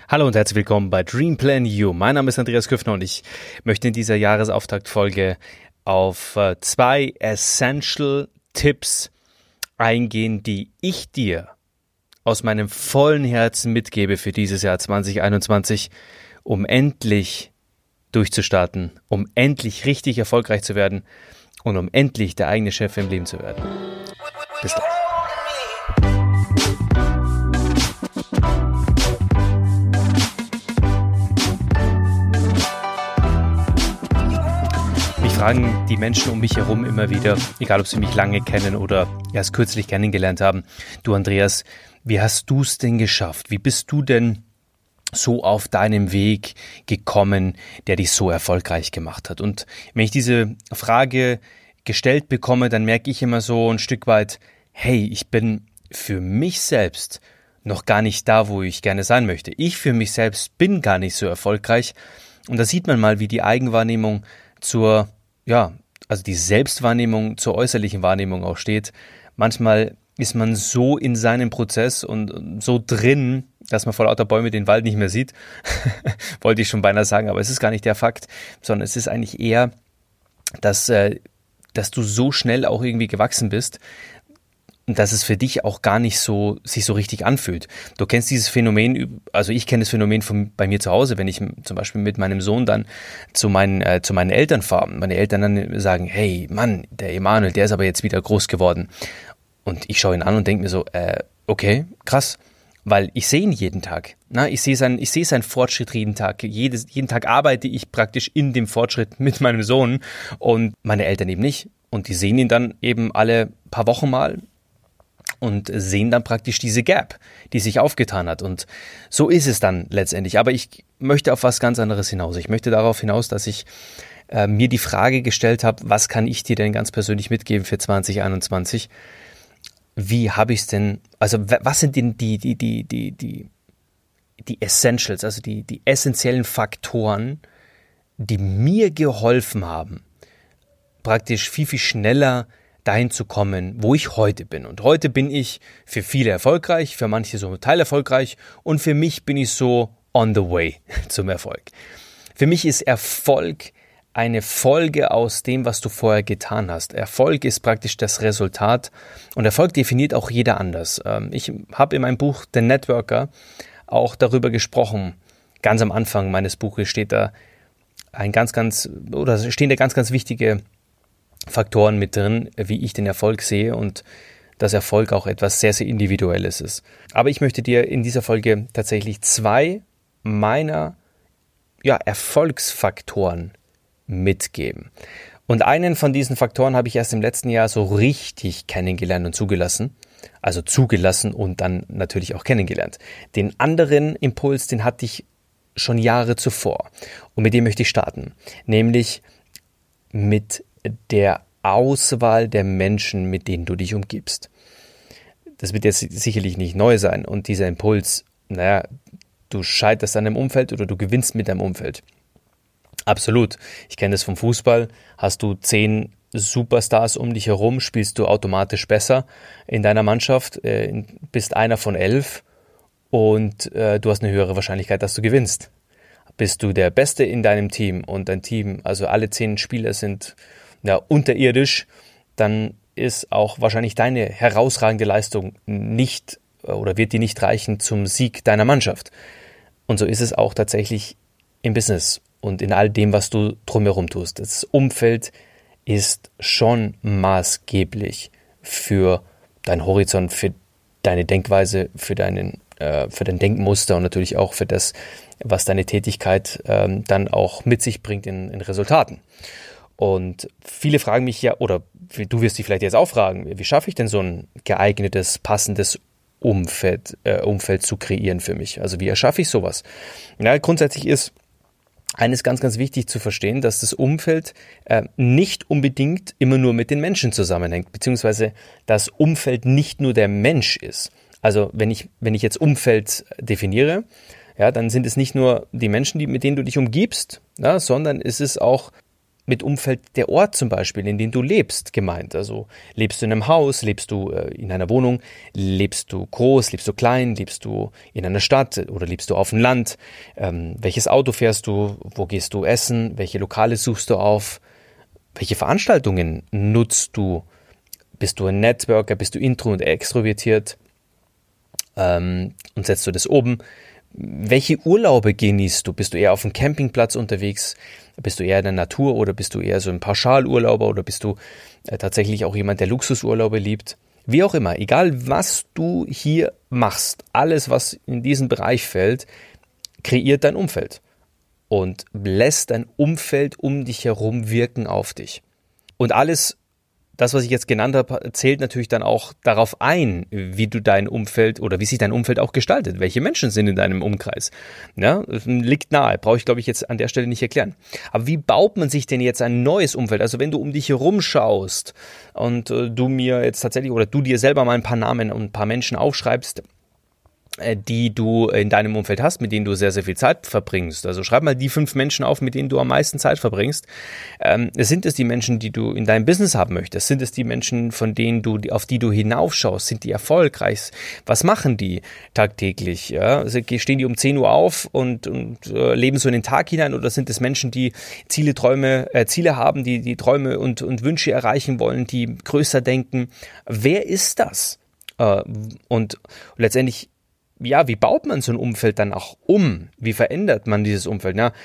Hallo und herzlich willkommen bei Dream Plan You. Mein Name ist Andreas Küffner und ich möchte in dieser Jahresauftaktfolge auf 2 Essential Tipps eingehen, die ich dir aus meinem vollen Herzen mitgebe für dieses Jahr 2021, um endlich durchzustarten, um endlich richtig erfolgreich zu werden und um endlich der eigene Chef im Leben zu werden. Bis dann. Fragen die Menschen um mich herum immer wieder, egal ob sie mich lange kennen oder erst kürzlich kennengelernt haben. Du Andreas, wie hast du es denn geschafft? Wie bist du denn so auf deinem Weg gekommen, der dich so erfolgreich gemacht hat? Und wenn ich diese Frage gestellt bekomme, dann merke ich immer so ein Stück weit, hey, ich bin für mich selbst noch gar nicht da, wo ich gerne sein möchte. Ich für mich selbst bin gar nicht so erfolgreich. Und da sieht man mal, wie die Eigenwahrnehmung also die Selbstwahrnehmung zur äußerlichen Wahrnehmung auch steht. Manchmal ist man so in seinem Prozess und so drin, dass man vor lauter Bäume den Wald nicht mehr sieht. Wollte ich schon beinahe sagen, aber es ist gar nicht der Fakt, sondern es ist eigentlich eher, dass du so schnell auch irgendwie gewachsen bist, dass es für dich auch gar nicht so sich so richtig anfühlt. Du kennst dieses Phänomen, also ich kenne das Phänomen bei mir zu Hause, wenn ich zum Beispiel mit meinem Sohn dann zu meinen Eltern fahre. Meine Eltern dann sagen, hey Mann, der Emanuel, der ist aber jetzt wieder groß geworden. Und ich schaue ihn an und denke mir so, okay, krass, weil ich sehe ihn jeden Tag. Ich sehe seinen Fortschritt jeden Tag. Jeden Tag arbeite ich praktisch in dem Fortschritt mit meinem Sohn und meine Eltern eben nicht. Und die sehen ihn dann eben alle paar Wochen mal und sehen dann praktisch diese Gap, die sich aufgetan hat. Und so ist es dann letztendlich. Aber ich möchte auf was ganz anderes hinaus. Ich möchte darauf hinaus, dass ich mir die Frage gestellt habe, was kann ich dir denn ganz persönlich mitgeben für 2021? Wie habe ich es denn, also was sind denn die Essentials, also die essentiellen Faktoren, die mir geholfen haben, praktisch viel, viel schneller dahin zu kommen, wo ich heute bin. Und heute bin ich für viele erfolgreich, für manche so teilerfolgreich und für mich bin ich so on the way zum Erfolg. Für mich ist Erfolg eine Folge aus dem, was du vorher getan hast. Erfolg ist praktisch das Resultat und Erfolg definiert auch jeder anders. Ich habe in meinem Buch The Networker auch darüber gesprochen. Ganz am Anfang meines Buches stehen da ganz, ganz wichtige Faktoren mit drin, wie ich den Erfolg sehe und dass Erfolg auch etwas sehr, sehr Individuelles ist. Aber ich möchte dir in dieser Folge tatsächlich 2 meiner Erfolgsfaktoren mitgeben. Und einen von diesen Faktoren habe ich erst im letzten Jahr so richtig kennengelernt und zugelassen. Also zugelassen und dann natürlich auch kennengelernt. Den anderen Impuls, den hatte ich schon Jahre zuvor. Und mit dem möchte ich starten. Nämlich mit der Auswahl der Menschen, mit denen du dich umgibst. Das wird jetzt sicherlich nicht neu sein und dieser Impuls, du scheiterst an deinem Umfeld oder du gewinnst mit deinem Umfeld. Absolut. Ich kenne das vom Fußball. Hast du 10 Superstars um dich herum, spielst du automatisch besser in deiner Mannschaft, bist einer von 11 und du hast eine höhere Wahrscheinlichkeit, dass du gewinnst. Bist du der Beste in deinem Team und dein Team, also alle 10 Spieler sind unterirdisch, dann ist auch wahrscheinlich deine herausragende Leistung nicht oder wird die nicht reichen zum Sieg deiner Mannschaft. Und so ist es auch tatsächlich im Business und in all dem, was du drumherum tust. Das Umfeld ist schon maßgeblich für deinen Horizont, für deine Denkweise, für dein Denkmuster und natürlich auch für das, was deine Tätigkeit dann auch mit sich bringt in Resultaten. Und viele fragen mich ja, oder du wirst dich vielleicht jetzt auch fragen, wie schaffe ich denn so ein geeignetes, passendes Umfeld zu kreieren für mich? Also wie erschaffe ich sowas? Grundsätzlich ist eines ganz, ganz wichtig zu verstehen, dass das Umfeld nicht unbedingt immer nur mit den Menschen zusammenhängt, beziehungsweise das Umfeld nicht nur der Mensch ist. Also wenn ich jetzt Umfeld definiere, dann sind es nicht nur die Menschen, mit denen du dich umgibst, sondern es ist auch mit Umfeld der Ort zum Beispiel, in dem du lebst, gemeint. Also lebst du in einem Haus, lebst du in einer Wohnung, lebst du groß, lebst du klein, lebst du in einer Stadt oder lebst du auf dem Land? Welches Auto fährst du? Wo gehst du essen? Welche Lokale suchst du auf? Welche Veranstaltungen nutzt du? Bist du ein Networker? Bist du intro- und extrovertiert? Und setzt du das oben? Welche Urlaube genießt du? Bist du eher auf dem Campingplatz unterwegs? Bist du eher in der Natur oder bist du eher so ein Pauschalurlauber oder bist du tatsächlich auch jemand, der Luxusurlaube liebt? Wie auch immer, egal was du hier machst, alles, was in diesen Bereich fällt, kreiert dein Umfeld und lässt dein Umfeld um dich herum wirken auf dich. Und alles, das, was ich jetzt genannt habe, zählt natürlich dann auch darauf ein, wie du dein Umfeld oder wie sich dein Umfeld auch gestaltet. Welche Menschen sind in deinem Umkreis? Ja, liegt nahe, brauche ich, glaube ich, jetzt an der Stelle nicht erklären. Aber wie baut man sich denn jetzt ein neues Umfeld? Also wenn du um dich herum schaust und du mir jetzt tatsächlich oder du dir selber mal ein paar Namen und ein paar Menschen aufschreibst, die du in deinem Umfeld hast, mit denen du sehr, sehr viel Zeit verbringst. Also schreib mal die 5 Menschen auf, mit denen du am meisten Zeit verbringst. Sind es die Menschen, die du in deinem Business haben möchtest? Sind es die Menschen, von denen auf die du hinaufschaust? Sind die erfolgreich? Was machen die tagtäglich? Ja? Also stehen die um 10 Uhr auf und leben so in den Tag hinein? Oder sind es Menschen, die Ziele haben, die Träume und Wünsche erreichen wollen, die größer denken? Wer ist das? Und letztendlich, ja, wie baut man so ein Umfeld dann auch um? Wie verändert man dieses Umfeld? Ja,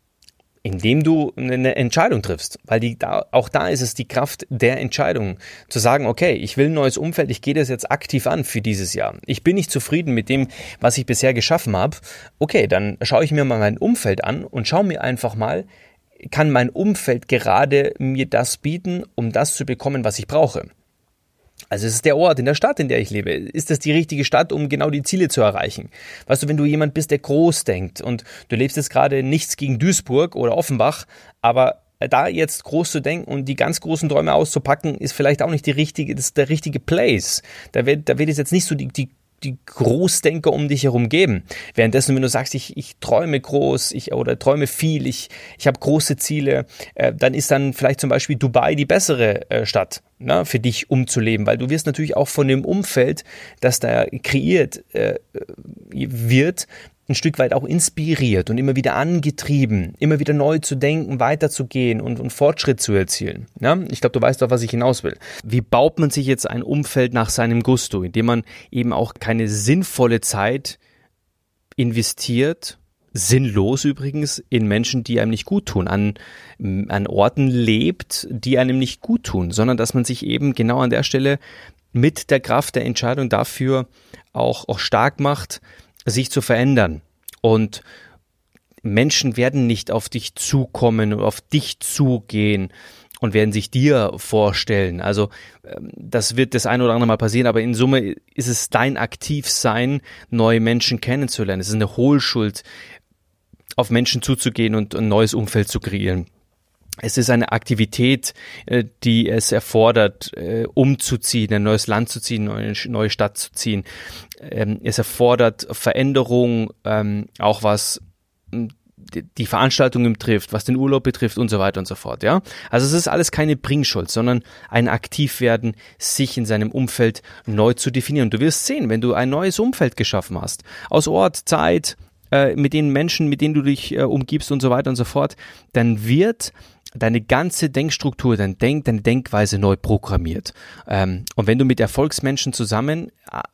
indem du eine Entscheidung triffst, weil auch da ist es die Kraft der Entscheidung, zu sagen, okay, ich will ein neues Umfeld, ich gehe das jetzt aktiv an für dieses Jahr. Ich bin nicht zufrieden mit dem, was ich bisher geschaffen habe. Okay, dann schaue ich mir mal mein Umfeld an und schaue mir einfach mal, kann mein Umfeld gerade mir das bieten, um das zu bekommen, was ich brauche? Also es ist der Ort in der Stadt, in der ich lebe. Ist das die richtige Stadt, um genau die Ziele zu erreichen? Weißt du, wenn du jemand bist, der groß denkt und du lebst jetzt gerade nichts gegen Duisburg oder Offenbach, aber da jetzt groß zu denken und die ganz großen Träume auszupacken, ist vielleicht auch nicht der richtige Place. Da wird es jetzt nicht so die Großdenker um dich herum geben. Währenddessen, wenn du sagst, ich träume groß, oder träume viel, ich habe große Ziele, dann ist dann vielleicht zum Beispiel Dubai die bessere Stadt, ne, für dich umzuleben, weil du wirst natürlich auch von dem Umfeld, das da kreiert wird, ein Stück weit auch inspiriert und immer wieder angetrieben, immer wieder neu zu denken, weiterzugehen und Fortschritt zu erzielen. Ja? Ich glaube, du weißt doch, was ich hinaus will. Wie baut man sich jetzt ein Umfeld nach seinem Gusto, indem man eben auch keine sinnvolle Zeit investiert, sinnlos übrigens, in Menschen, die einem nicht gut tun, an Orten lebt, die einem nicht gut tun, sondern dass man sich eben genau an der Stelle mit der Kraft der Entscheidung dafür auch stark macht, sich zu verändern. Und Menschen werden nicht auf dich zukommen und auf dich zugehen und werden sich dir vorstellen. Also das wird das ein oder andere Mal passieren, aber in Summe ist es dein Aktivsein, neue Menschen kennenzulernen. Es ist eine Hohlschuld, auf Menschen zuzugehen und ein neues Umfeld zu kreieren. Es ist eine Aktivität, die es erfordert, umzuziehen, ein neues Land zu ziehen, eine neue Stadt zu ziehen. Es erfordert Veränderung, auch was die Veranstaltungen betrifft, was den Urlaub betrifft und so weiter und so fort. Ja, also es ist alles keine Bringschuld, sondern ein Aktivwerden, sich in seinem Umfeld neu zu definieren. Du wirst sehen, wenn du ein neues Umfeld geschaffen hast, aus Ort, Zeit, mit den Menschen, mit denen du dich umgibst und so weiter und so fort, dann wird deine ganze Denkstruktur, deine Denkweise neu programmiert. Und wenn du mit Erfolgsmenschen zusammen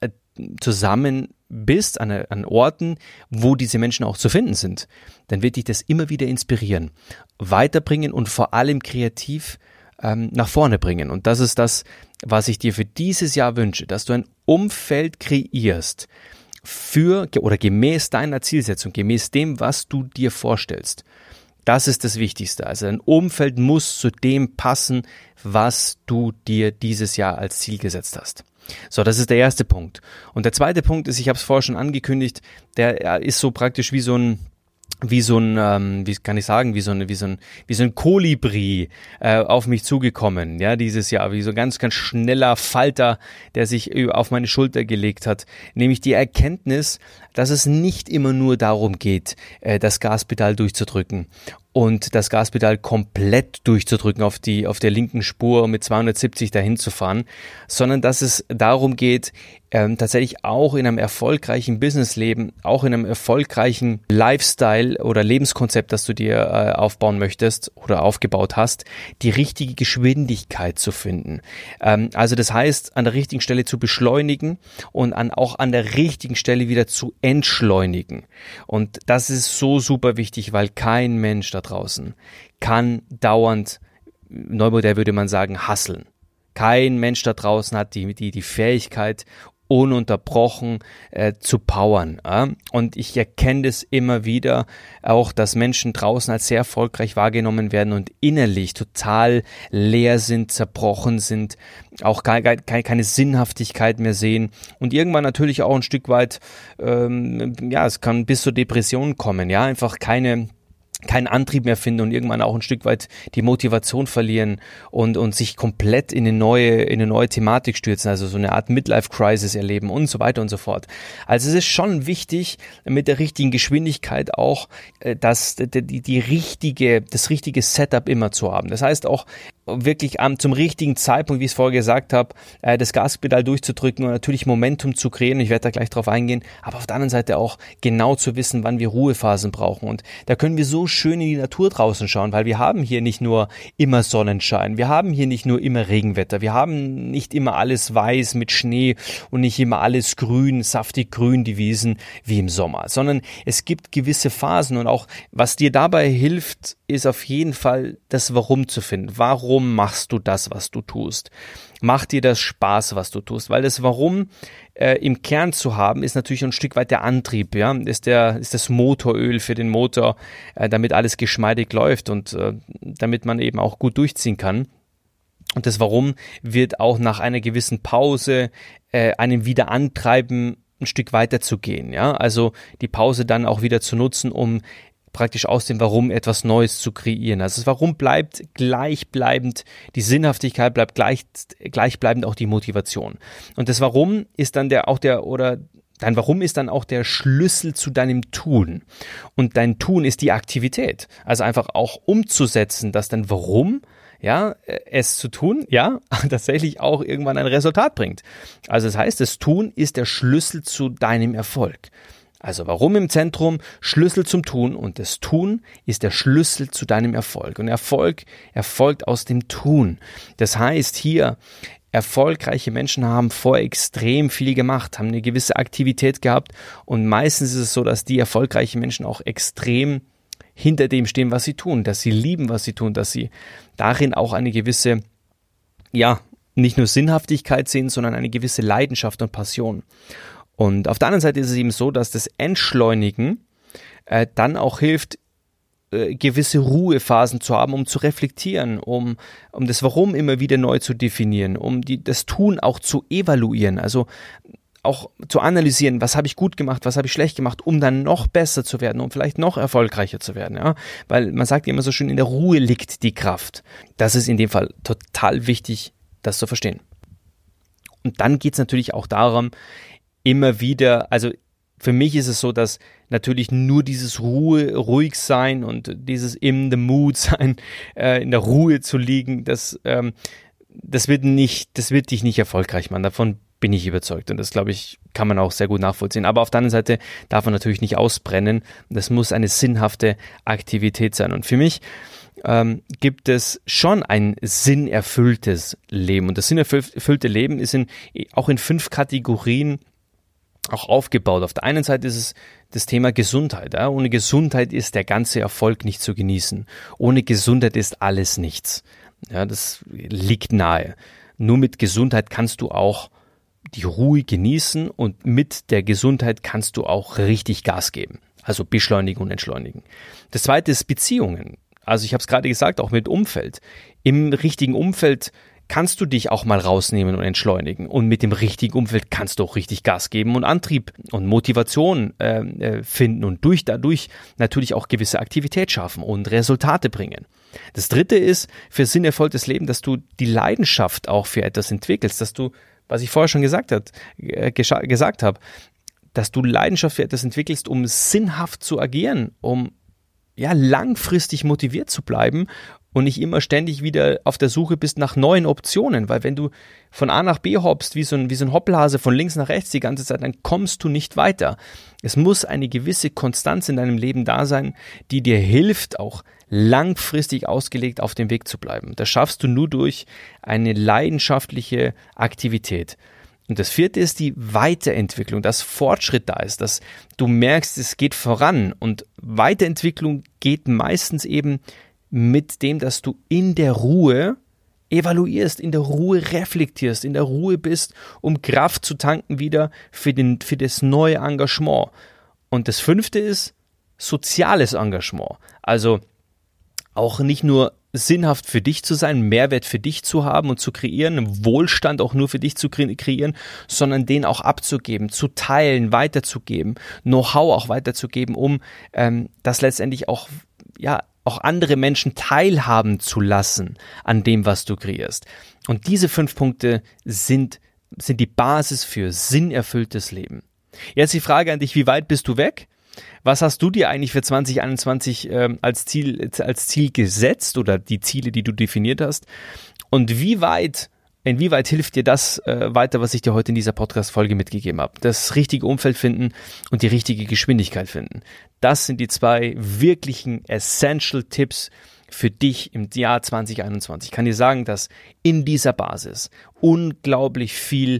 bist, an Orten, wo diese Menschen auch zu finden sind, dann wird dich das immer wieder inspirieren, weiterbringen und vor allem kreativ nach vorne bringen. Und das ist das, was ich dir für dieses Jahr wünsche, dass du ein Umfeld kreierst für oder gemäß deiner Zielsetzung, gemäß dem, was du dir vorstellst. Das ist das Wichtigste. Also dein Umfeld muss zu dem passen, was du dir dieses Jahr als Ziel gesetzt hast. So, das ist der erste Punkt. Und der zweite Punkt ist, ich habe es vorher schon angekündigt, der ist so praktisch wie so ein Kolibri auf mich zugekommen, ja, dieses Jahr, wie so ein ganz, ganz schneller Falter, der sich auf meine Schulter gelegt hat, nämlich die Erkenntnis, dass es nicht immer nur darum geht, das Gaspedal durchzudrücken und das Gaspedal komplett durchzudrücken, auf der linken Spur mit 270 dahin zu fahren, sondern dass es darum geht, tatsächlich auch in einem erfolgreichen Businessleben, auch in einem erfolgreichen Lifestyle oder Lebenskonzept, das du dir aufbauen möchtest oder aufgebaut hast, die richtige Geschwindigkeit zu finden. Also das heißt, an der richtigen Stelle zu beschleunigen und auch an der richtigen Stelle wieder zu entschleunigen. Und das ist so super wichtig, weil kein Mensch da draußen kann dauernd, neumodern würde man sagen, hustlen. Kein Mensch da draußen hat die Fähigkeit, ununterbrochen zu powern. Und ich erkenne das immer wieder auch, dass Menschen draußen als sehr erfolgreich wahrgenommen werden und innerlich total leer sind, zerbrochen sind, auch keine Sinnhaftigkeit mehr sehen und irgendwann natürlich auch ein Stück weit, es kann bis zur Depression kommen, ja, einfach keinen Antrieb mehr finden und irgendwann auch ein Stück weit die Motivation verlieren und sich komplett in eine neue Thematik stürzen, also so eine Art Midlife-Crisis erleben und so weiter und so fort. Also es ist schon wichtig, mit der richtigen Geschwindigkeit auch das richtige Setup immer zu haben. Das heißt auch wirklich zum richtigen Zeitpunkt, wie ich es vorher gesagt habe, das Gaspedal durchzudrücken und natürlich Momentum zu kreieren. Ich werde da gleich drauf eingehen, aber auf der anderen Seite auch genau zu wissen, wann wir Ruhephasen brauchen. Und da können wir so schön in die Natur draußen schauen, weil wir haben hier nicht nur immer Sonnenschein, wir haben hier nicht nur immer Regenwetter, wir haben nicht immer alles weiß mit Schnee und nicht immer alles grün, saftig grün, die Wiesen, wie im Sommer, sondern es gibt gewisse Phasen und auch, was dir dabei hilft, ist auf jeden Fall das Warum zu finden. Warum machst du das, was du tust? Macht dir das Spaß, was du tust? Weil das Warum im Kern zu haben, ist natürlich ein Stück weit der Antrieb, ja, ist das Motoröl für den Motor, damit alles geschmeidig läuft und damit man eben auch gut durchziehen kann. Und das Warum wird auch nach einer gewissen Pause einen wieder antreiben, ein Stück weiter zu gehen, ja, also die Pause dann auch wieder zu nutzen, um praktisch aus dem Warum etwas Neues zu kreieren. Also das Warum bleibt gleichbleibend, die Sinnhaftigkeit bleibt gleichbleibend, auch die Motivation. Und das Warum ist dann dein Warum ist dann auch der Schlüssel zu deinem Tun. Und dein Tun ist die Aktivität. Also einfach auch umzusetzen, dass dein Warum, ja, es zu tun, ja, tatsächlich auch irgendwann ein Resultat bringt. Also das heißt, das Tun ist der Schlüssel zu deinem Erfolg. Also Warum im Zentrum, Schlüssel zum Tun und das Tun ist der Schlüssel zu deinem Erfolg. Und Erfolg erfolgt aus dem Tun. Das heißt hier, erfolgreiche Menschen haben vorher extrem viel gemacht, haben eine gewisse Aktivität gehabt und meistens ist es so, dass die erfolgreichen Menschen auch extrem hinter dem stehen, was sie tun, dass sie lieben, was sie tun, dass sie darin auch eine gewisse, ja, nicht nur Sinnhaftigkeit sehen, sondern eine gewisse Leidenschaft und Passion. Und auf der anderen Seite ist es eben so, dass das Entschleunigen dann auch hilft, gewisse Ruhephasen zu haben, um zu reflektieren, um das Warum immer wieder neu zu definieren, um das Tun auch zu evaluieren, also auch zu analysieren, was habe ich gut gemacht, was habe ich schlecht gemacht, um dann noch besser zu werden, um vielleicht noch erfolgreicher zu werden, ja, weil man sagt ja immer so schön, in der Ruhe liegt die Kraft. Das ist in dem Fall total wichtig, das zu verstehen. Und dann geht es natürlich auch darum, immer wieder, also für mich ist es so, dass natürlich nur dieses ruhig sein und dieses in the mood sein, in der Ruhe zu liegen, das wird dich nicht erfolgreich machen. Davon bin ich überzeugt und das, glaube ich, kann man auch sehr gut nachvollziehen. Aber auf der anderen Seite darf man natürlich nicht ausbrennen. Das muss eine sinnhafte Aktivität sein. Und für mich gibt es schon ein sinnerfülltes Leben. Und das sinnerfüllte Leben ist auch in 5 Kategorien auch aufgebaut. Auf der einen Seite ist es das Thema Gesundheit. Ja? Ohne Gesundheit ist der ganze Erfolg nicht zu genießen. Ohne Gesundheit ist alles nichts. Ja, das liegt nahe. Nur mit Gesundheit kannst du auch die Ruhe genießen und mit der Gesundheit kannst du auch richtig Gas geben. Also beschleunigen und entschleunigen. Das zweite ist Beziehungen. Also ich habe es gerade gesagt, auch mit Umfeld. Im richtigen Umfeld kannst du dich auch mal rausnehmen und entschleunigen. Und mit dem richtigen Umfeld kannst du auch richtig Gas geben und Antrieb und Motivation finden und dadurch natürlich auch gewisse Aktivität schaffen und Resultate bringen. Das dritte ist für sinnerfülltes Leben, dass du die Leidenschaft auch für etwas entwickelst, dass du, was ich vorher schon gesagt habe, dass du Leidenschaft für etwas entwickelst, um sinnhaft zu agieren, um langfristig motiviert zu bleiben und nicht immer ständig wieder auf der Suche bist nach neuen Optionen, weil wenn du von A nach B hoppst, wie so ein Hoppelhase von links nach rechts die ganze Zeit, dann kommst du nicht weiter. Es muss eine gewisse Konstanz in deinem Leben da sein, die dir hilft, auch langfristig ausgelegt auf dem Weg zu bleiben. Das schaffst du nur durch eine leidenschaftliche Aktivität. Und das vierte ist die Weiterentwicklung, dass Fortschritt da ist, dass du merkst, es geht voran. Und Weiterentwicklung geht meistens eben mit dem, dass du in der Ruhe evaluierst, in der Ruhe reflektierst, in der Ruhe bist, um Kraft zu tanken wieder für das neue Engagement. Und das fünfte ist soziales Engagement. Also auch nicht nur sinnhaft für dich zu sein, Mehrwert für dich zu haben und zu kreieren, Wohlstand auch nur für dich zu kreieren, sondern den auch abzugeben, zu teilen, weiterzugeben, Know-how auch weiterzugeben, um das letztendlich auch andere Menschen teilhaben zu lassen an dem, was du kreierst. Und diese 5 Punkte sind die Basis für sinnerfülltes Leben. Jetzt die Frage an dich, wie weit bist du weg? Was hast du dir eigentlich für 2021 als Ziel gesetzt oder die Ziele, die du definiert hast? Und inwieweit hilft dir das weiter, was ich dir heute in dieser Podcast-Folge mitgegeben habe? Das richtige Umfeld finden und die richtige Geschwindigkeit finden. Das sind die 2 wirklichen Essential-Tipps für dich im Jahr 2021. Ich kann dir sagen, dass in dieser Basis unglaublich viel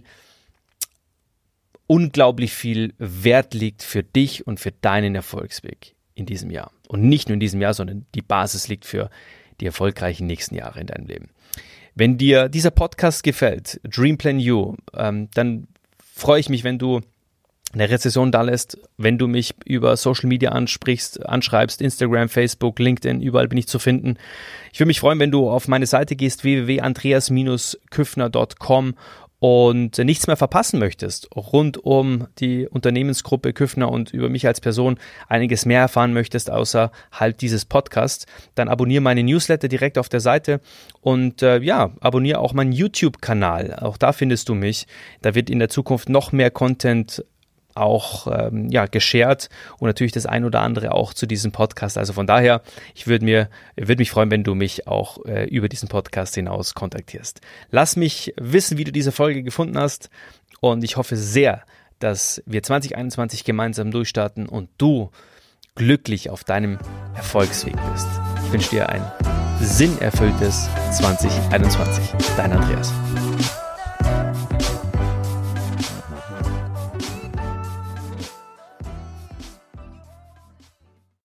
Wert liegt für dich und für deinen Erfolgsweg in diesem Jahr. Und nicht nur in diesem Jahr, sondern die Basis liegt für die erfolgreichen nächsten Jahre in deinem Leben. Wenn dir dieser Podcast gefällt, Dream Plan You, dann freue ich mich, wenn du eine Rezension da lässt, wenn du mich über Social Media anschreibst, Instagram, Facebook, LinkedIn, überall bin ich zu finden. Ich würde mich freuen, wenn du auf meine Seite gehst, www.andreas-küffner.com und nichts mehr verpassen möchtest rund um die Unternehmensgruppe Küffner und über mich als Person einiges mehr erfahren möchtest, außerhalb dieses Podcasts, dann abonniere meine Newsletter direkt auf der Seite und abonniere auch meinen YouTube-Kanal. Auch da findest du mich. Da wird in der Zukunft noch mehr Content auch geshared und natürlich das ein oder andere auch zu diesem Podcast. Also von daher, ich würde mich freuen, wenn du mich auch über diesen Podcast hinaus kontaktierst. Lass mich wissen, wie du diese Folge gefunden hast und ich hoffe sehr, dass wir 2021 gemeinsam durchstarten und du glücklich auf deinem Erfolgsweg bist. Ich wünsche dir ein sinnerfülltes 2021. Dein Andreas.